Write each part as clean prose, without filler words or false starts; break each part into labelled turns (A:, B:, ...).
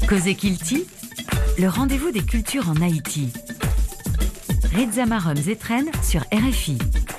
A: Cause Kilti, le rendez-vous des cultures en Haïti. Reza Marom Zetren sur RFI.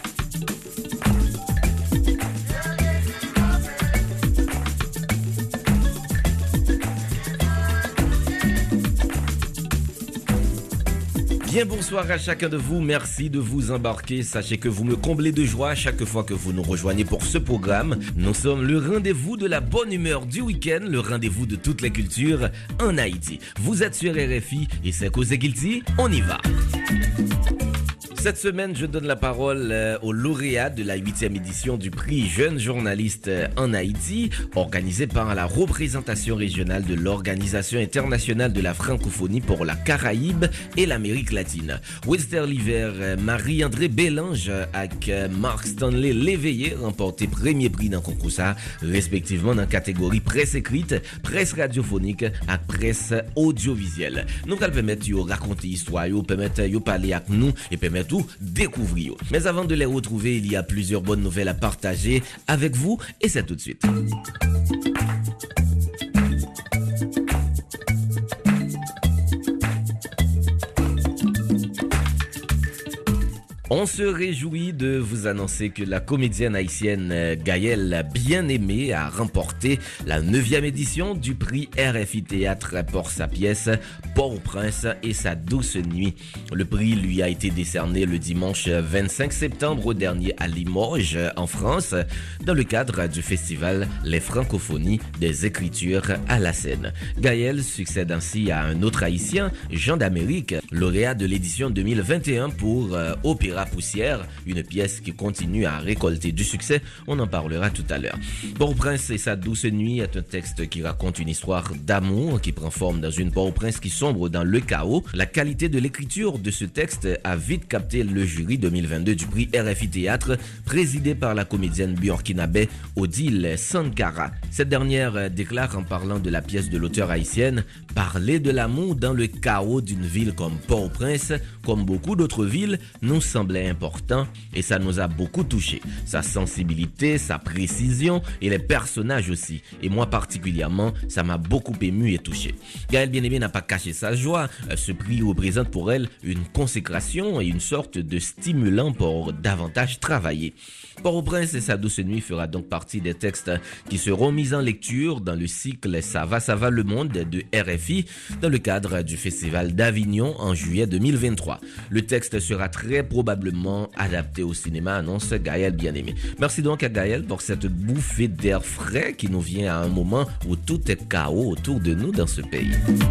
B: Bien bonsoir à chacun de vous, merci de vous embarquer. Sachez que vous me comblez de joie chaque fois que vous nous rejoignez pour ce programme. Nous sommes le rendez-vous de la bonne humeur du week-end, le rendez-vous de toutes les cultures en Haïti. Vous êtes sur RFI et c'est Cause Kilti, on y va. Cette semaine, je donne la parole au lauréat de la 8e édition du prix Jeune Journaliste en Haïti, organisé par la représentation régionale de l'Organisation internationale de la francophonie pour la Caraïbe et l'Amérique latine. Westerliver, Marie-André Bélange et Marc Stanley Léveillé remporté premier prix dans le concours ça, respectivement dans la catégorie presse écrite, presse radiophonique et presse audiovisuelle. Nous allons permettre de raconter l'histoire, permettre de parler avec nous et permettre découvrir. Mais avant de les retrouver, il y a plusieurs bonnes nouvelles à partager avec vous et c'est tout de suite. On se réjouit de vous annoncer que la comédienne haïtienne Gaëlle Bien-Aimée a remporté la 9e édition du prix RFI Théâtre pour sa pièce Port-au-Prince et sa douce nuit. Le prix lui a été décerné le dimanche 25 septembre dernier à Limoges, en France, dans le cadre du festival Les Francophonies des écritures à la scène. Gaëlle succède ainsi à un autre haïtien, Jean d'Amérique, lauréat de l'édition 2021 pour Opéra Poussière, une pièce qui continue à récolter du succès, on en parlera tout à l'heure. Port-au-Prince et sa douce nuit est un texte qui raconte une histoire d'amour qui prend forme dans une Port-au-Prince qui sombre dans le chaos. La qualité de l'écriture de ce texte a vite capté le jury 2022 du prix RFI Théâtre, présidé par la comédienne burkinabé Odile Sankara. Cette dernière déclare en parlant de la pièce de l'auteur haïtienne: parler de l'amour dans le chaos d'une ville comme Port-au-Prince, comme beaucoup d'autres villes, nous semblait important et ça nous a beaucoup touché. Sa sensibilité, sa précision et les personnages aussi. Et moi particulièrement, ça m'a beaucoup ému et touché. Gaëlle Bien-Aimée n'a pas caché sa joie. Ce prix représente pour elle une consécration et une sorte de stimulant pour davantage travailler. Port-au-Prince et sa douce nuit fera donc partie des textes qui seront mis en lecture dans le cycle Ça va le monde de RFI dans le cadre du Festival d'Avignon en juillet 2023. Le texte sera très probablement adapté au cinéma, annonce Gaëlle Bien-Aimée. Merci donc à Gaëlle pour cette bouffée d'air frais qui nous vient à un moment où tout est chaos autour de nous dans ce pays.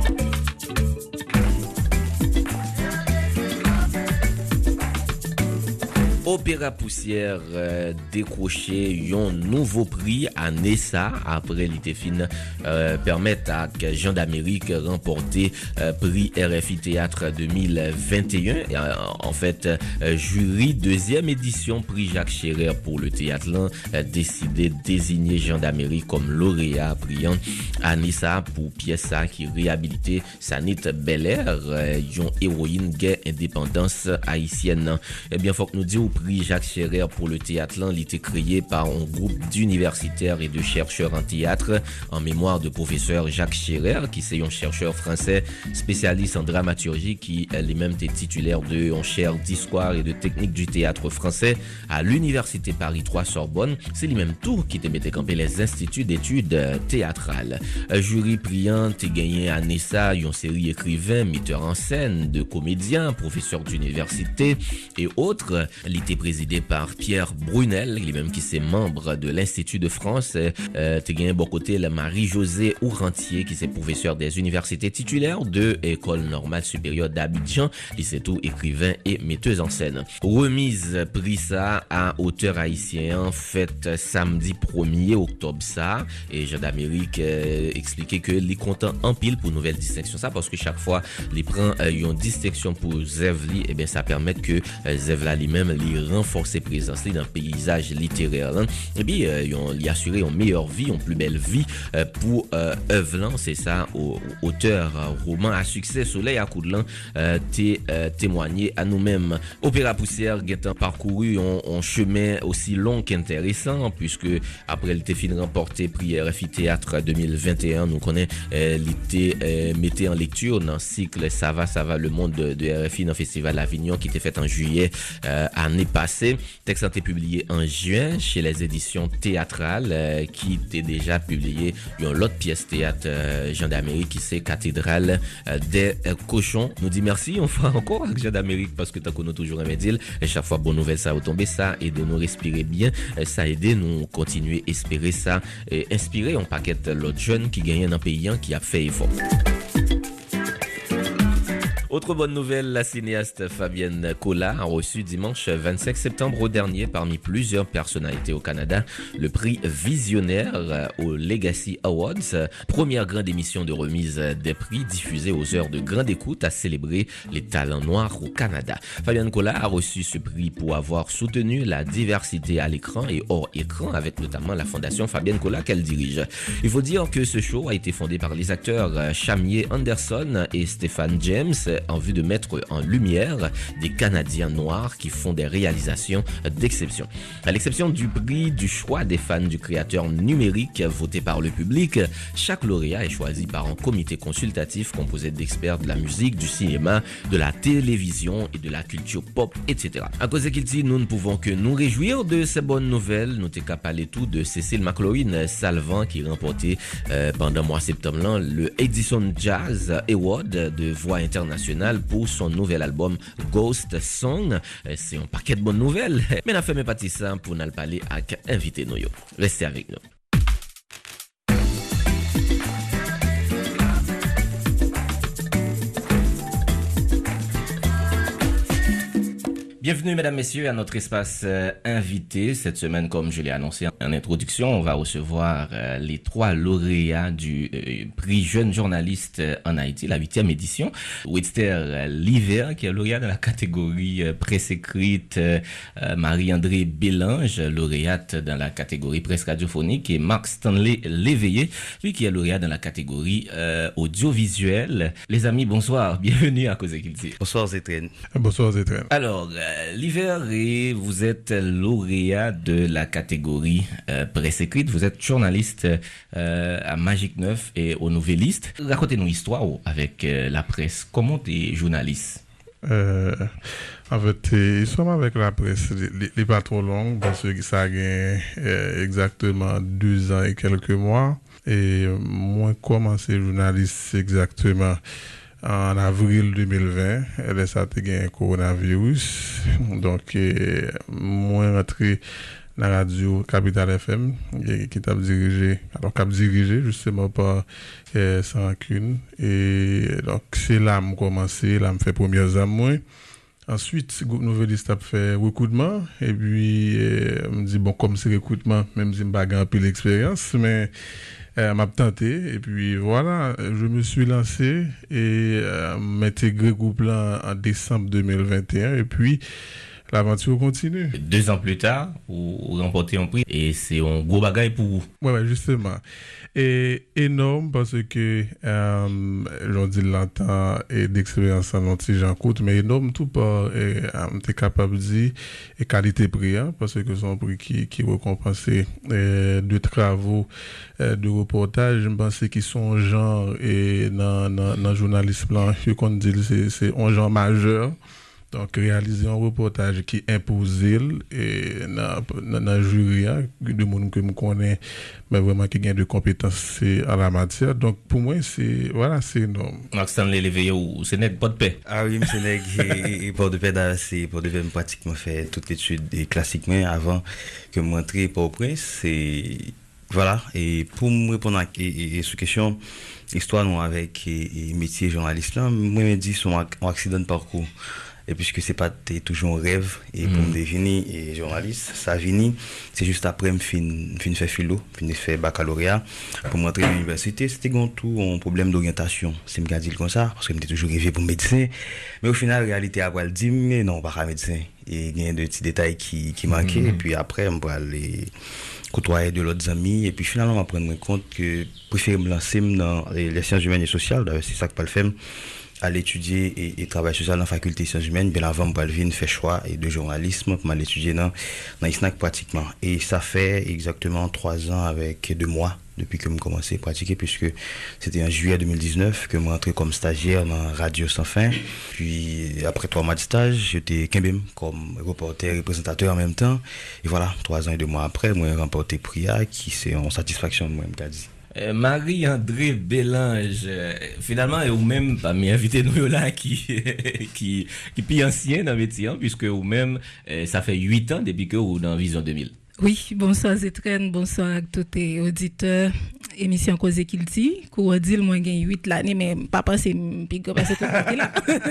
B: Opéra Poussière décroché un nouveau prix à Nessa après l'Itéfine permettre à Jean d'Amérique remporter prix RFI Théâtre 2021 et, en fait jury 2e édition prix Jacques Chérer pour le théâtre décidé de désigner Jean d'Amérique comme lauréat brillant à Nessa pour pièce qui réhabilité Sanit Belair, une héroïne guerre indépendance haïtienne. Eh bien faut que nous disions prix Jacques Chérer pour le théâtre, il était créé par un groupe d'universitaires et de chercheurs en théâtre en mémoire de professeur Jacques Chérer, qui est un chercheur français spécialiste en dramaturgie qui lui-même était titulaire de en chaire d'histoire et de technique du théâtre français à l'université Paris 3 Sorbonne. C'est lui-même tout qui te mettait campé les instituts d'études théâtrales. Jury priant t'es gagné à Nessa une série écrivains, metteurs en scène, de comédiens, professeurs d'université et autres. Il était présidé par Pierre Brunel, lui-même qui est membre de l'Institut de France. T'es gagné bon côté la Marie-Josée Ourantier, qui est professeur des universités titulaires de École normale supérieure d'Abidjan. Il est tout écrivain et metteuse en scène. Remise prix ça à auteur haïtien faite samedi 1er octobre ça. Et Jean d'Amérique expliquait que les content en pile pour nouvelle distinction ça parce que chaque fois les prend une distinction pour Zevli et bien ça permet que Zevla lui-même lui il renforce présence dans le paysage littéraire. Et puis, il assuré une meilleure vie, une plus belle vie pour œuvre. C'est ça, auteur roman à succès, Soleil à Coudlan, témoigné à nous-mêmes. Opéra Poussière a parcouru un chemin aussi long qu'intéressant, puisque après le fin remporté prix RFI Théâtre 2021, nous connaissons l'été mettait en lecture dans le cycle Ça va le monde de RFI dans le Festival Avignon qui était fait en juillet année passée. Texte a été publié en juin chez les éditions théâtrales qui était déjà publié une autre pièce théâtre Jean d'Amérique qui c'est Cathédrale des cochons. Nous dit merci, on fera encore avec Jean d'Amérique parce que tant qu'on a toujours un médile et chaque fois bonne nouvelle ça va tomber, ça et de nous respirer bien, ça a aidé nous continuer espérer ça et inspirer un paquet l'autre jeune qui gagne un pays qui a fait effort. Autre bonne nouvelle, la cinéaste Fabienne Collat a reçu dimanche 25 septembre dernier parmi plusieurs personnalités au Canada le prix Visionnaire au Legacy Awards, première grande émission de remise des prix diffusée aux heures de grande écoute à célébrer les talents noirs au Canada. Fabienne Collat a reçu ce prix pour avoir soutenu la diversité à l'écran et hors écran avec notamment la fondation Fabienne Collat qu'elle dirige. Il faut dire que ce show a été fondé par les acteurs Chamier Anderson et Stéphane James en vue de mettre en lumière des Canadiens noirs qui font des réalisations d'exception. À l'exception du prix du choix des fans du créateur numérique voté par le public, chaque lauréat est choisi par un comité consultatif composé d'experts de la musique, du cinéma, de la télévision et de la culture pop, etc. À cause de Kilti, nous ne pouvons que nous réjouir de ces bonnes nouvelles. Nous t'ai qu'à parler tout de Cécile McLaurin Salvant qui remportait pendant le mois de septembre le Edison Jazz Award de voix internationale pour son nouvel album Ghost Song. C'est un paquet de bonnes nouvelles. Mais on a fait mes parties ça pour nous parler avec invité nous. Restez avec nous. Bienvenue, mesdames, messieurs, à notre espace invité. Cette semaine, comme je l'ai annoncé en introduction, on va recevoir les 3 lauréats du prix Jeune Journaliste en Haïti, la 8e édition. Whitster Liver, qui est lauréat dans la catégorie presse écrite, Marie-André Bélange, lauréate dans la catégorie presse radiophonique, et Marc Stanley Léveillé, lui qui est lauréat dans la catégorie audiovisuel. Les amis, bonsoir, bienvenue à Cause Kilti.
C: Bonsoir Zétren.
B: Bonsoir Zétren. Alors, l'hiver et vous êtes lauréat de la catégorie presse écrite. Vous êtes journaliste à Magic 9 et au Nouvelliste. Racontez-nous l'histoire avec la presse. Comment tu es journaliste?
D: En fait, l'histoire avec la presse n'est pas trop longue parce que ça a exactement 2 ans et quelques mois. Et moi, commencé journaliste exactement en avril 2020, elle ça a eu un coronavirus. Donc, moi rentré dans la radio Capital FM, qui t'a dirigé justement par Sans Rancune. Et donc, c'est là que j'ai commencé, là, je fait premières années. Ensuite, le groupe Nouvelliste a fait recrutement. Et puis, je me dis, bon, comme c'est recrutement, même si je n'ai pas un peu l'expérience, mais m'a tenté et puis voilà, je me suis lancé et m'intégrer au groupe là en décembre 2021 et puis l'aventure continue.
B: 2 ans plus tard, vous remportez un prix et c'est un gros bagage pour vous.
D: Ouais, justement. Et énorme parce que j'en dis longtemps et d'expérience en anti-Jean Coute, mais énorme tout par t'es capable de dire et qualité prix, hein, parce que c'est un prix qui récompensé de travaux de reportage. Je pense qu'ils sont genre et dans journaliste blanc, qu'on dit c'est un genre majeur. Donc, réaliser un reportage qui impose et dans le jury, de monde que je connais, mais vraiment qui gagne de compétences à la matière. Donc, pour moi, c'est énorme.
B: Marc Stanley Léveillé ou c'est net pas de paix?
C: Ah oui, c'est net et pas de paix, c'est pour de paix, pratiquement fait toute l'étude classiquement avant que je rentre pour Prince. C'est voilà. Et pour me répondre à cette question, histoire avec métier journaliste là, moi je me dis son accident de parcours. et puisque c'est pas toujours un rêve et pour me devenir journaliste ça vini c'est juste après me fin fait philo fin fait baccalauréat pour m'entrer à l'université c'était tout un problème d'orientation c'est me dire comme ça parce que j'étais toujours rêvé pour médecin mais au final la réalité après elle dit mais non pas médecin et il y a des petits détails qui manquaient et puis après on va aller côtoyer de l'autres amis et puis finalement on va prendre compte que préférer me lancer dans les sciences humaines et sociales c'est ça que pas le faire à l'étudier et travailler social dans la faculté de sciences humaines bien avant moi je fait choix et de journalisme pour l'étudier dans ISNAC pratiquement et ça fait exactement 3 ans avec 2 mois depuis que je commencé à pratiquer puisque c'était en juillet 2019 que je suis entré comme stagiaire dans Radio Sans Fin puis après 3 mois de stage j'étais comme reporter et présentateur en même temps et voilà 3 ans et 2 mois après moi j'ai remporté prix qui c'est en satisfaction de moi me dit.
B: Marie-André Bélange, finalement, et ou même parmi invité nous là qui plus ancien dans le métier, puisque ou même ça fait 8 ans depuis que vous dans Vision 2000.
E: Oui, bonsoir Zétren, bonsoir à tous les auditeurs. Émission Cause Kilti, qu'on dit moi gagne 8 l'année mais papa c'est pique parce que là.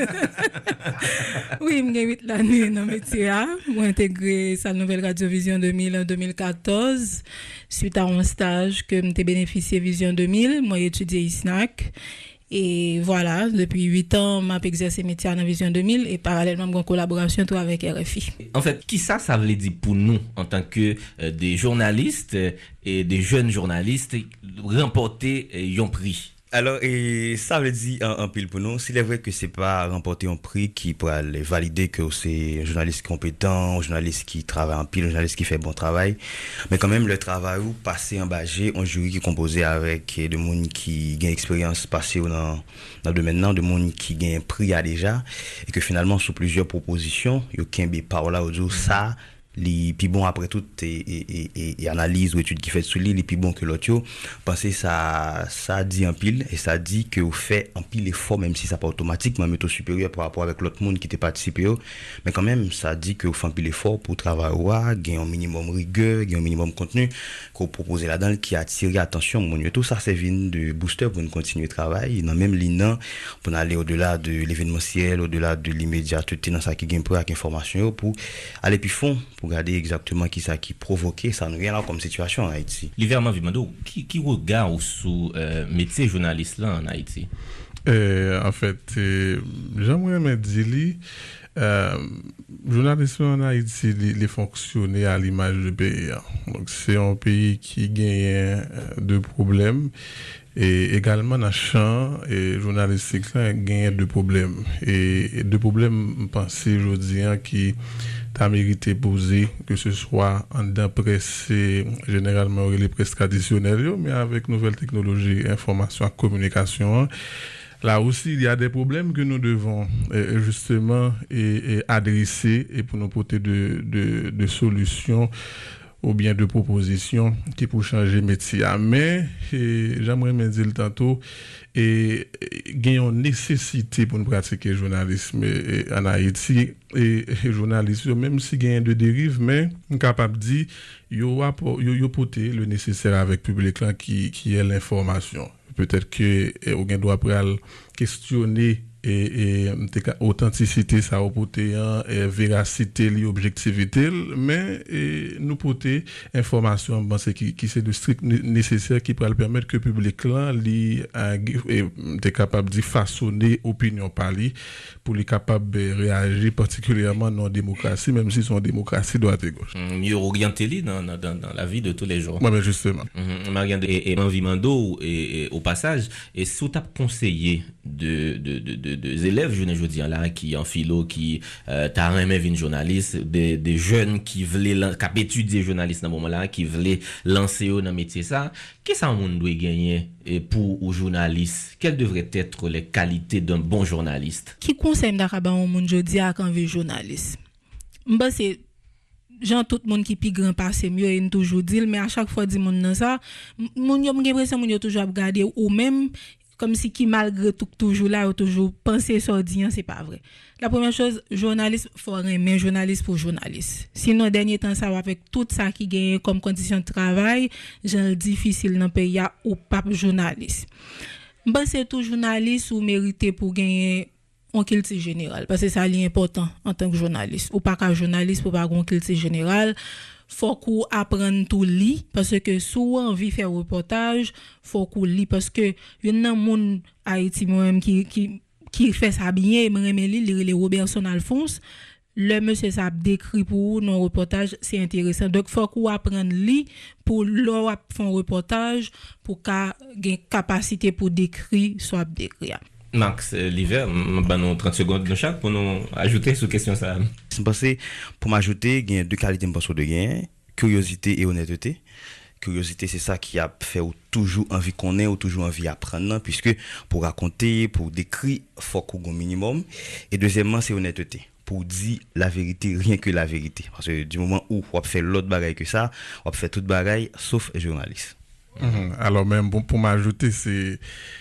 E: Oui, me gagne 8 l'année dans métier là, moi intégré sa nouvelle Radio Vision 2000 en 2014 suite à un stage que m'était bénéficié Vision 2000, moi étudié ISNAC. Et voilà, depuis 8 ans, j'ai exercé métier dans Vision 2000 et parallèlement, j'ai une collaboration avec RFI.
B: En fait, qui ça veut dire pour nous, en tant que des journalistes et des jeunes journalistes, remporter un prix?
C: Alors, et ça veut dire en pile pour nous, s'il est vrai que c'est pas remporter un prix qui pourra valider que c'est un journaliste compétent, un journaliste qui travaille en pile, un journaliste qui fait bon travail, mais quand même le travail ou passer en bagé, un jury qui est composé avec des gens qui gagnent expérience passée dans le domaine, de gens qui gagnent prix à déjà, et que finalement, sous plusieurs propositions, il y a par là, ça, les plus bon après tout et analyse ou étude qui fait sous lui les plus bon que l'autre penser ça dit en pile et ça dit que vous fait en pile effort même si ça pas automatiquement méthode supérieur par rapport avec l'autre monde qui était participé mais quand même ça dit que vous fait un pile effort pour travailler gagner un minimum rigueur gagner un minimum contenu qu'on propose là-dedans qui attire attention mon tout ça c'est vient de booster pour nous continuer le travail dans même ligne pour aller au-delà de l'événementiel au-delà de l'immédiateté dans ça qui gagne pour avec information pour aller plus fond pour regarder exactement qui ça qui provoquait ça nous vient là comme situation en Haïti.
B: L'hiver Mavimando, qui regarde sous métier journaliste là en Haïti?
D: En fait, j'aimerais me dire journalisme en Haïti il fonctionne à l'image du pays. Donc c'est un pays qui gagne de problèmes et également dans le champ et journalistique là gagne de problèmes et de problèmes pensez je dis qui t'a mérité poser que ce soit en dedans presse généralement les presse traditionnelles mais avec nouvelles technologies information et communication là aussi il y a des problèmes que nous devons justement adresser et pour nous porter de solutions ou bien de propositions qui pour changer métier mais j'aimerais me dire tantôt et gagne une nécessité pour nous pratiquer le journalisme en Haïti et journalisme même si gagne de dérive mais capable dire yo porter le nécessaire avec public là qui est l'information peut-être que on doit questionner et authenticité ça porter véracité li objectivité mais nous porter information c'est qui c'est de strict nécessaire qui peut permettre que public là li est capable de façonner opinion par lui pour les capable réagir particulièrement dans la démocratie même si son démocratie droite et gauche
B: mieux orienter dans la vie de tous les jours.
D: Ouais mais justement
B: Marie-André et Manvimando et au passage et sous ta conseiller des élèves je dis là qui en philo qui t'a aimé une journaliste des jeunes qui voulaient qui étudier journaliste dans moment là qui voulaient lancer dans métier ça qu'est-ce que monde doit gagner et pour un journaliste quelles devraient être les qualités d'un bon journaliste
E: qui conseille d'araban au monde jodi à quand veut journaliste m'ba c'est Jean tout le monde qui pi grand passé mieux et toujours dit mais à chaque fois dit monde dans ça mon yo l'impression mon yo toujours regarder ou même comme si qui malgré tout toujours là ou toujours penser sur dire c'est pas vrai. La première chose journaliste faut aimer journaliste pour journaliste. Sinon dernier temps ça va avec tout ça qui gagne comme condition de travail, genre difficile dans pays ou pas journaliste. Ben c'est tout journaliste ou mérité pour gagner on culture générale parce que ça est important en tant que journaliste ou pas qu'un journaliste pour pas avoir culture générale faut qu'on apprenne tout lit parce que souvent envie faire reportage faut qu'on lit parce que y en a monde Haïti moi-même qui fait ça bien me remet les Robertson Alphonse le monsieur ça décrit pour nos reportages c'est intéressant donc faut qu'on apprenne lit pour leur faire un reportage pour qu'a gain capacité pour décrire soit décrire.
B: Max, l'hiver, nous 30 secondes de chaque pour nous ajouter sur question ça.
C: Je pense pour m'ajouter, il y a deux qualités de gain, curiosité et honnêteté. Curiosité, c'est ça qui a fait ou toujours envie qu'on ait ou toujours envie d'apprendre, puisque pour raconter, pour décrire, il faut qu'on ait un minimum. Et deuxièmement, c'est honnêteté. Pour dire la vérité, rien que la vérité. Parce que du moment où on fait l'autre bagaille que ça, on fait toute bagaille, sauf journaliste.
D: Alors même pour m'ajouter, c'est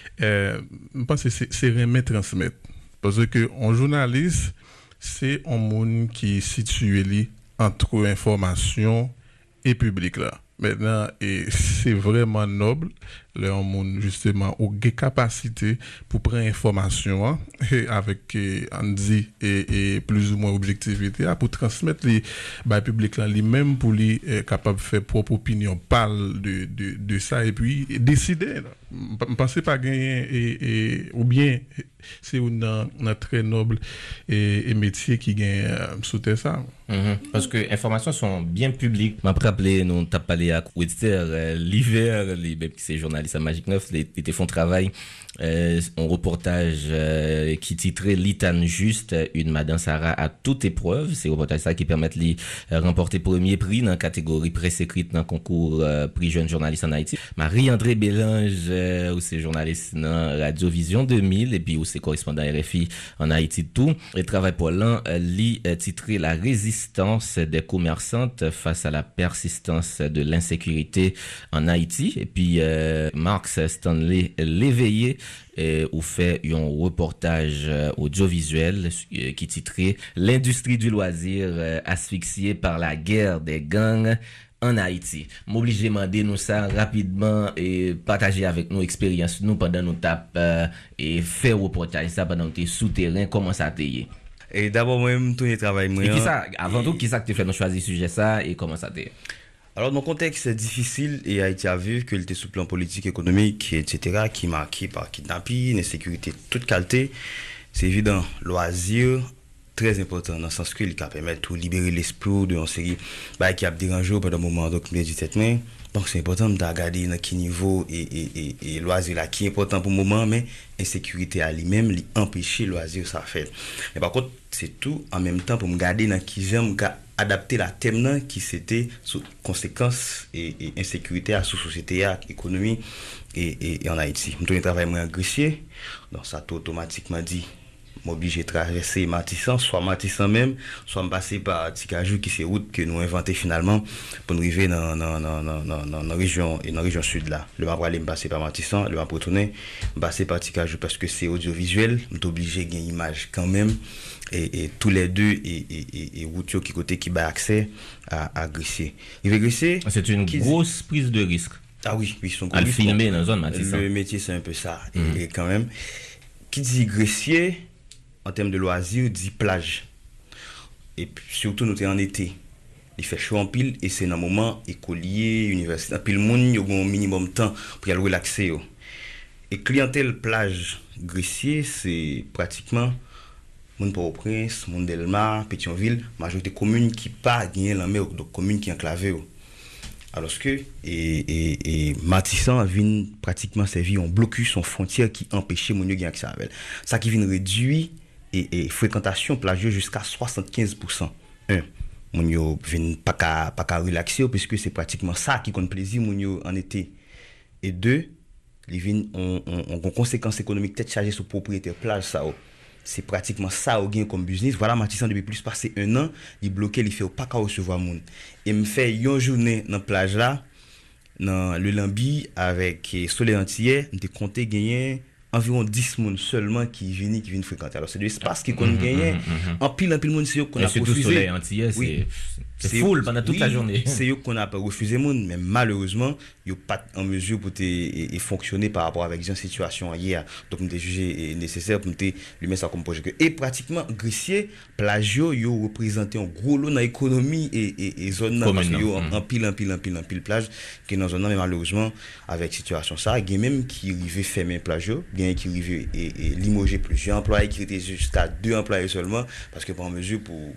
D: je pense que c'est remettre transmettre parce que un journaliste c'est un monde qui est situé entre information et public là maintenant et c'est vraiment noble le monde justement au capacité pour prendre information hein, et avec on dit et plus ou moins objectivité pour transmettre les public là lui-même pour lui capable de faire propre opinion parle de ça et puis décider pensez pas gagner et ou bien c'est une très noble et métier qui gagne sous ça.
B: Parce que les informations sont bien publiques. Je me rappelle, nous avons parlé à Webster l'hiver, ces journalistes à Magic 9, ils font travail, un reportage qui titrait Litane Juste, une Madame Sarah à toute épreuve. C'est un reportage ça qui permet de remporter premier prix dans la catégorie presse écrite dans le concours prix jeune journaliste en Haïti. Marie-André Bélange, où c'est journaliste dans Radio Vision 2000 et puis où c'est correspondant RFI en Haïti tout. Et travail pour l'an, titré La résistance des commerçantes face à la persistance de l'insécurité en Haïti. Et puis Marx Stanley Léveillé où fait un reportage audiovisuel qui titrait L'industrie du loisir asphyxiée par la guerre des gangs en Haïti. M'oblige demander nous ça rapidement et partager avec nous expérience nous pendant nous tape et faire reportage ça pendant que souterrain comment ça t'est.
C: Et d'abord moi-même tout le travail moi.
B: Et qui ça avant tout qui ça que tu fait nous choisir sujet ça et comment ça t'est.
C: Alors, dans le contexte difficile, et Haïti a vu qu'il était sous plan politique, économique, etc., qui est marqué par kidnapping, insécurité, toute qualité. C'est évident, loisir, très important, dans le sens qu'il permet de libérer l'esprit de une série qui a dérangé pendant un moment, donc, 17 mai. Donc, c'est important de regarder dans quel niveau et loisir là, qui est important pour le moment, mais insécurité à lui-même, empêcher loisir, ça fait. Mais par contre, c'est tout en même temps pour me garder dans qui j'aime adapter la thème qui c'était sous conséquences et insécurité à sous société à économie et en Haïti. Je travaille moins agressé donc ça tout automatiquement dit m'oblige à traverser Matissan même soit me passer par Tikajou qui c'est route que nous inventé finalement pour nous arriver dans la région et dans la région sud là le m'a aller me passer par Matissan le m'a retourner me passer par Tikajou parce que c'est audiovisuel m'est obligé gagner image quand même et tous les deux et routier qui côté qui a accès à Grisser. Il veut Grisser.
B: C'est une grosse prise de risque.
C: Ah oui, son
B: gros. À filmer dans la zone Matissan.
C: Le métier c'est un peu ça et quand même qui dit Grissier en termes de loisirs dit plage. Et puis, surtout nous sommes en été. Il fait chaud en pile et c'est un moment écolier, universitaire. Puis le monde il a un minimum de temps pour y aller relaxer. Et clientèle plage Grissier c'est pratiquement Moun Port-au-Prince, Moun Delma, Pétionville, majorité commune qui pas gagné la mer donc commune qui enclavé. Alors que et Matissan vient pratiquement servi en blocus en frontière qui empêchait moun yo gagner accès avec. Ça qui vient réduire et fréquentation plageuse jusqu'à 75%. Moun yo vient pas relaxer puisque c'est pratiquement ça qui compte plaisir moun yo en été. Et deux, les vins ont conséquences économiques tête chargée sur propriétaire plage ça. C'est pratiquement ça au gain comme business. Voilà Matissan depuis plus passé un an, il bloqué, il fait pas qu'à recevoir moun. Et me fait une journée dans plage là, dans le Lambi avec Soleil Antillais, me compté gagner environ 10 moun seulement qui viennent fréquenter. Alors c'est de l'espace qui compte gagner en pile moun c'est qu'on a
B: refusé. Soleil Antillais C'est full pendant toute la journée.
C: C'est eux qu'on a pas refusé monde, mais malheureusement, ils pas en mesure pour et fonctionner par rapport avec une situation hier. Donc on jugé nécessaire pour lui mettre ça comme projet. Et pratiquement Grissier, Plagio, ils représenté un gros lot dans l'économie et zone là parce que en pile plage qui dans zone mais malheureusement avec situation ça, il y a même qui arrivé fermer Plagio, il y a qui arrivé et limoger plusieurs employés qui étaient jusqu'à 2 employés seulement parce que pas en mesure pour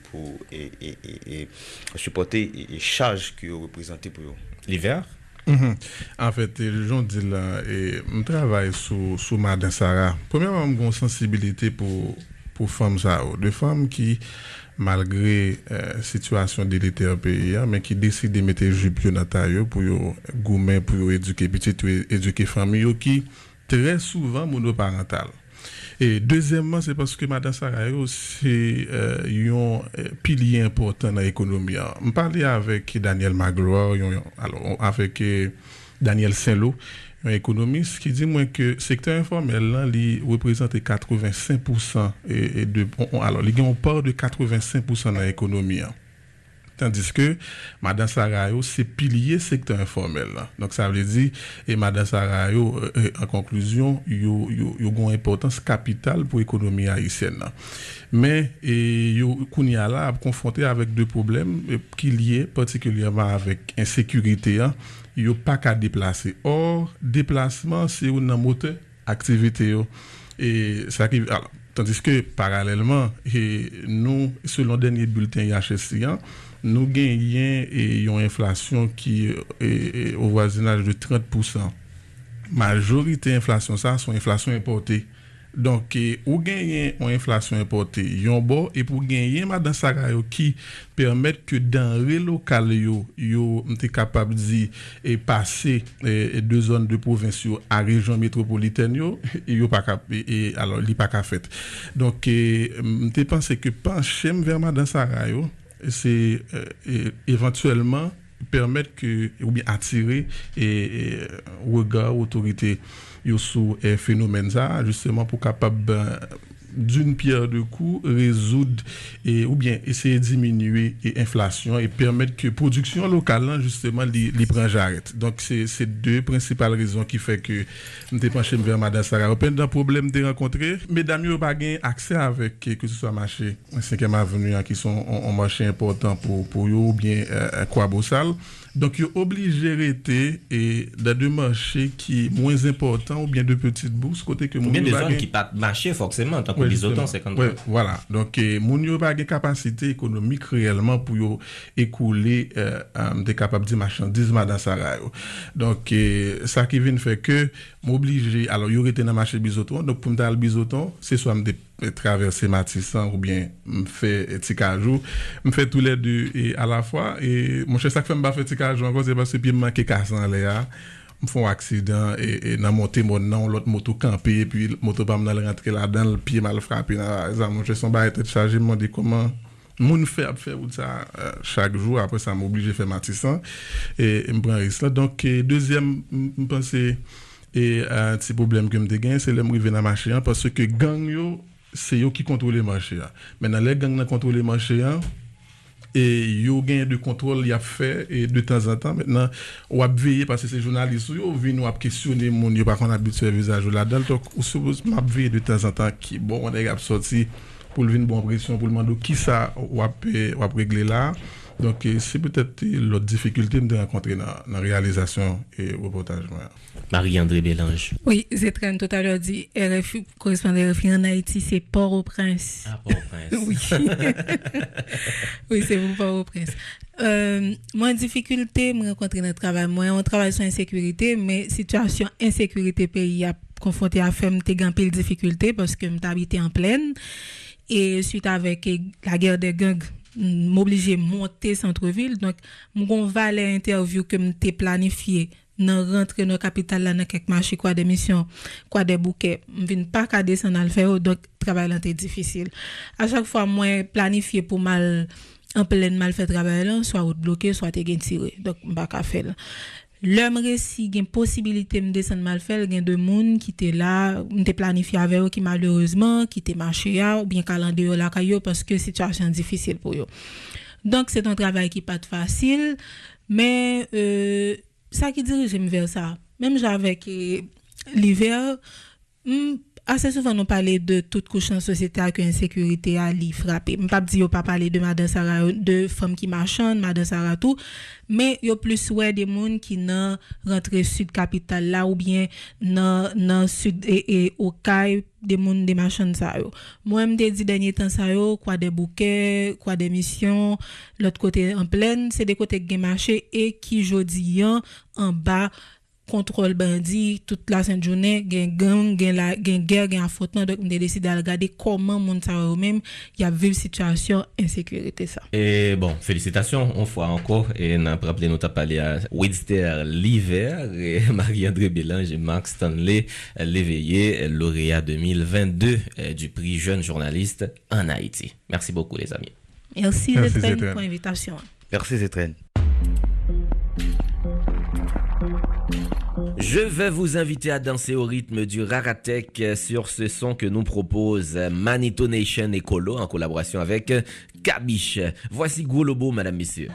C: supporter les charges que représentaient pour eux.
B: L'hiver.
D: En fait, je dis là, je travaille sous Madame Sarah. Premièrement, j'ai une sensibilité pour femmes, de femmes qui, malgré situation délétère pays, mais qui décident de mettre jupe dans taille pour goumer, pour éduquer petite, éduquer famille, qui très souvent monoparentales. Et deuxièmement, c'est parce que Madame Sarayo, c'est un pilier important dans l'économie. Je parlais avec Daniel Magloire, alors avec Daniel Saint-Lô, un économiste, qui dit moi que le secteur informel là, il représente 85% alors il y a une part de 85% dans l'économie. Tandis que Madame Sarayo, c'est pilier secteur informel. Donc, ça veut dire, et Madame Sarayo, en conclusion, il y a une importance capitale pour l'économie haïtienne. Mais, qu'on y a là, confronté avec 2 problèmes qui liés particulièrement avec insécurité, il n'y a pas qu'à déplacer. Or, déplacement, c'est une moteur activité. Et ça qui, alors, tandis que, parallèlement, nous, selon le dernier bulletin IHSI, nous gagnons une inflation qui est au voisinage de 30%. Majorité inflation, ça, sont inflation importée. Donc, ou gagner une inflation importée, yon bon, et pour gagner, Madame Sarayo qui permettent que dans les locales, yo capable de passer de zones de province à région métropolitaine, yo pas et alors, il pas qu'à fait. Donc, je pense que pencher vers Madame Sarayo, c'est éventuellement permettre que ou bien attirer regard autorité sur phénomène ça justement pour capable d'une pierre deux coups résoudre ou bien essayer de diminuer l'inflation et permettre que production locale justement les prend j'arrête. Donc c'est 2 principales raisons qui fait que nous t'ai penché vers Madame Sarah. Au d'un problème de rencontrer mesdames yo pas gain accès avec que ce soit marché 5e avenue qui sont un marché important pour yo ou bien quoi Bossal. Donc, ils sont obligés de rester dans 2 marchés qui sont moins importants ou bien de petites bourses. Côté que
B: ou bien des zones qui ne pas marcher forcément, tant que les autres, c'est comme ça.
D: Voilà. Donc, moun yo pas de capacité économique réellement pour écouler des capables de marchandises dans Sarayo. Donc, ça qui vient faire que m'obligé. Alors, yo rete dans marché Bizoton. Donc, pour me dans le Bizoton, c'est soit me traverser Matissan ou bien me faire Tikajou, me fait tous les 2 et à la fois et mon cher ça fait me pas faire Tikajou encore c'est parce que puis me manquer casse en l'air me font accident et dans monter mon nom l'autre moto camper et puis moto pas me rentrer là-dedans le pied mal frappé ça mon cher son ba être chargé me dit comment moun faire ça chaque jour après ça m'oblige faire Matissan et me prend risque là donc deuxième me penser et un petit problème que me gagné c'est le m'river dans marché parce que gang yo c'est eux qui contrôlent le marché. Maintenant, les gangs contrôlent le marché et ils gagnent de contrôle, il y a fait et de temps en temps. Maintenant, on va veiller parce que ces journalistes, ils viennent nous questionner, ils pas qu'on habite sur le visage là-dedans. Donc, on suppose m'a veiller de temps en temps qui, bon, on est sorti pour le une bonne pression, pour le demander qui ça on va régler là. Donc, c'est peut-être l'autre difficulté de rencontrer dans la réalisation et reportage.
B: Marie-André Bélange.
E: Oui, Zétren tout à l'heure dit RFI, correspondant RFI en Haïti, c'est Port-au-Prince.
B: Ah, Port-au-Prince.
E: Oui. Oui, c'est vous, Port-au-Prince. Moi, difficulté, je rencontre dans le travail. Moi, on travaille sur insécurité, mais situation insécurité pays a confronté à faire des grandes difficultés parce que j'habitais en plaine et suite avec la guerre des gangs, m'obliger monter centre-ville donc mon valet interview que m'était planifié dans rentrer dans capitale là dans quelques marchés quoi des missions quoi des bouquets m'vinn pas qu'à descendre à le faire donc travail là était difficile à chaque fois moi planifié pour mal en pleine mal fait travail là soit route bloquée soit te gen tiré donc m'pas ka faire l'homme récit gen possibilité me descendre mal faire gen de monde qui était là m'était planifié avec eux qui malheureusement qui était marché ou bien calendrier là kayo parce que situation difficile pour eux Donc, c'est un travail qui n'est pas facile, mais ça qui dirige vers ça. Même avec l'hiver, assez souvent, nous parlons de toute couche en société avec insécurité à l'y frapper. Je ne pas pas parler de Madame Sarah, de femmes qui marchandent, Madame Sarah tout, mais il y a plus des gens qui n'ont rentré sud capitale là ou bien dans sud et au Caille des gens des marchands ça yo. Moi me dit dernier temps ça yo quoi des bouquets, quoi des missions, l'autre côté en plaine, c'est des côtés qui marché et qui jodi en bas contrôle bandit toute la sainte journée gen gang gen guerre gen affrontement donc on décidé de regarder comment moun ça même il y a vivre situation insécurité ça.
B: Et bon, félicitations une fois encore et n'a rappelé nous t'a parlé à Widster l'hiver et Marie-André Bélange et Marc Stanley l'éveillé lauréat 2022 du prix jeune journaliste en Haïti. Merci beaucoup les amis.
E: Merci Zetren pour l'invitation.
C: Merci Zetren.
B: Je vais vous inviter à danser au rythme du Raratek sur ce son que nous propose Manito Nation Écolo en collaboration avec Kabish. Voici Golobo, madame, messieurs.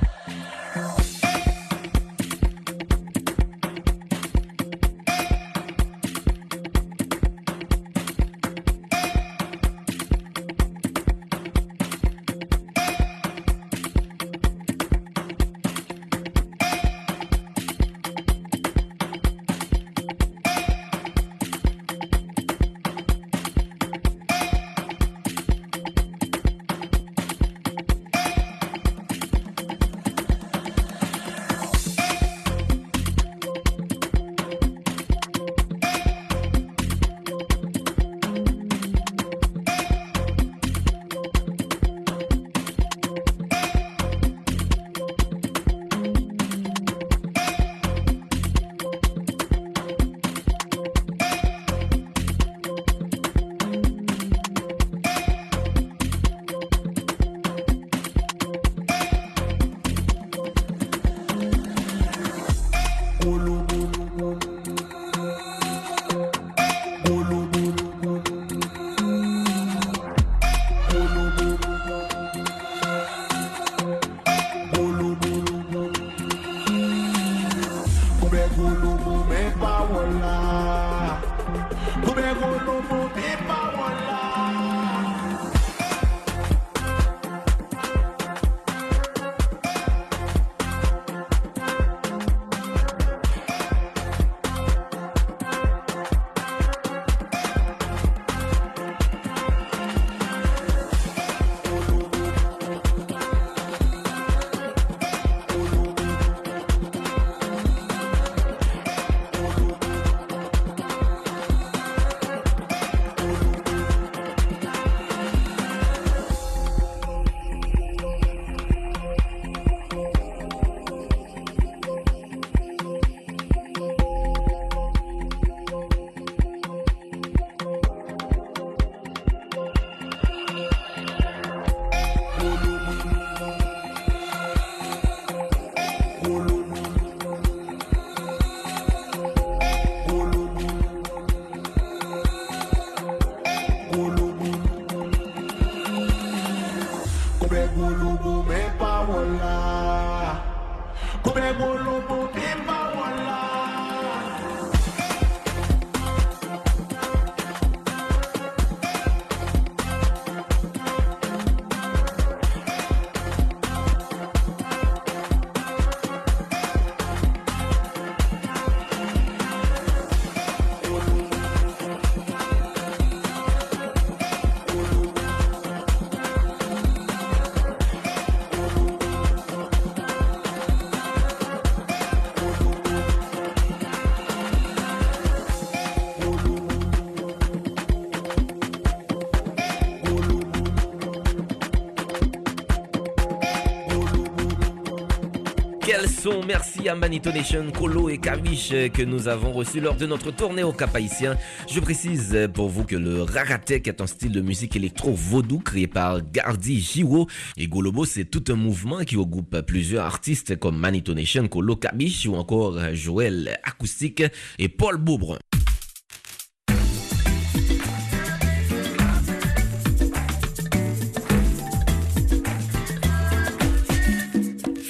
B: Quels sont, merci à Manito Nation, Kolo et Kavish que nous avons reçus lors de notre tournée au Cap-Haïtien. Je précise pour vous que le Raratek est un style de musique électro-vaudou créé par Gardi Jiwo. Et Golobo, c'est tout un mouvement qui regroupe plusieurs artistes comme Manito Nation, Kolo, Kabish ou encore Joël Acoustique et Paul Beaubrun.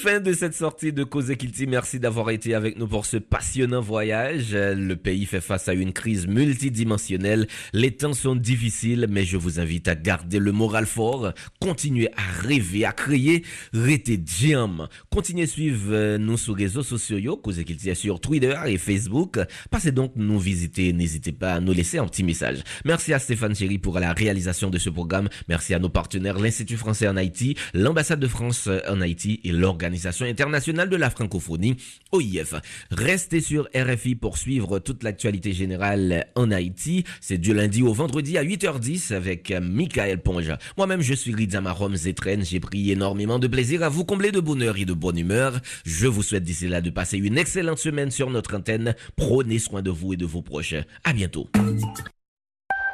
B: Fin de cette sortie de Cause Kilti. Merci d'avoir été avec nous pour ce passionnant voyage. Le pays fait face à une crise multidimensionnelle. Les temps sont difficiles, mais je vous invite à garder le moral fort. Continuez à rêver, à crier. Restez jam. Continuez à suivre nous sur les réseaux sociaux. Cause Kilti sur Twitter et Facebook. Passez donc nous visiter. N'hésitez pas à nous laisser un petit message. Merci à Stéphane Chéry pour la réalisation de ce programme. Merci à nos partenaires, l'Institut français en Haïti, l'ambassade de France en Haïti et l'Organisation internationale de la francophonie, OIF. Restez sur RFI pour suivre toute l'actualité générale en Haïti. C'est du lundi au vendredi à 8h10 avec Michael Ponge. Moi-même, je suis Ridzama Rome Zetren. J'ai pris énormément de plaisir à vous combler de bonheur et de bonne humeur. Je vous souhaite d'ici là de passer une excellente semaine sur notre antenne. Prenez soin de vous et de vos proches. À bientôt.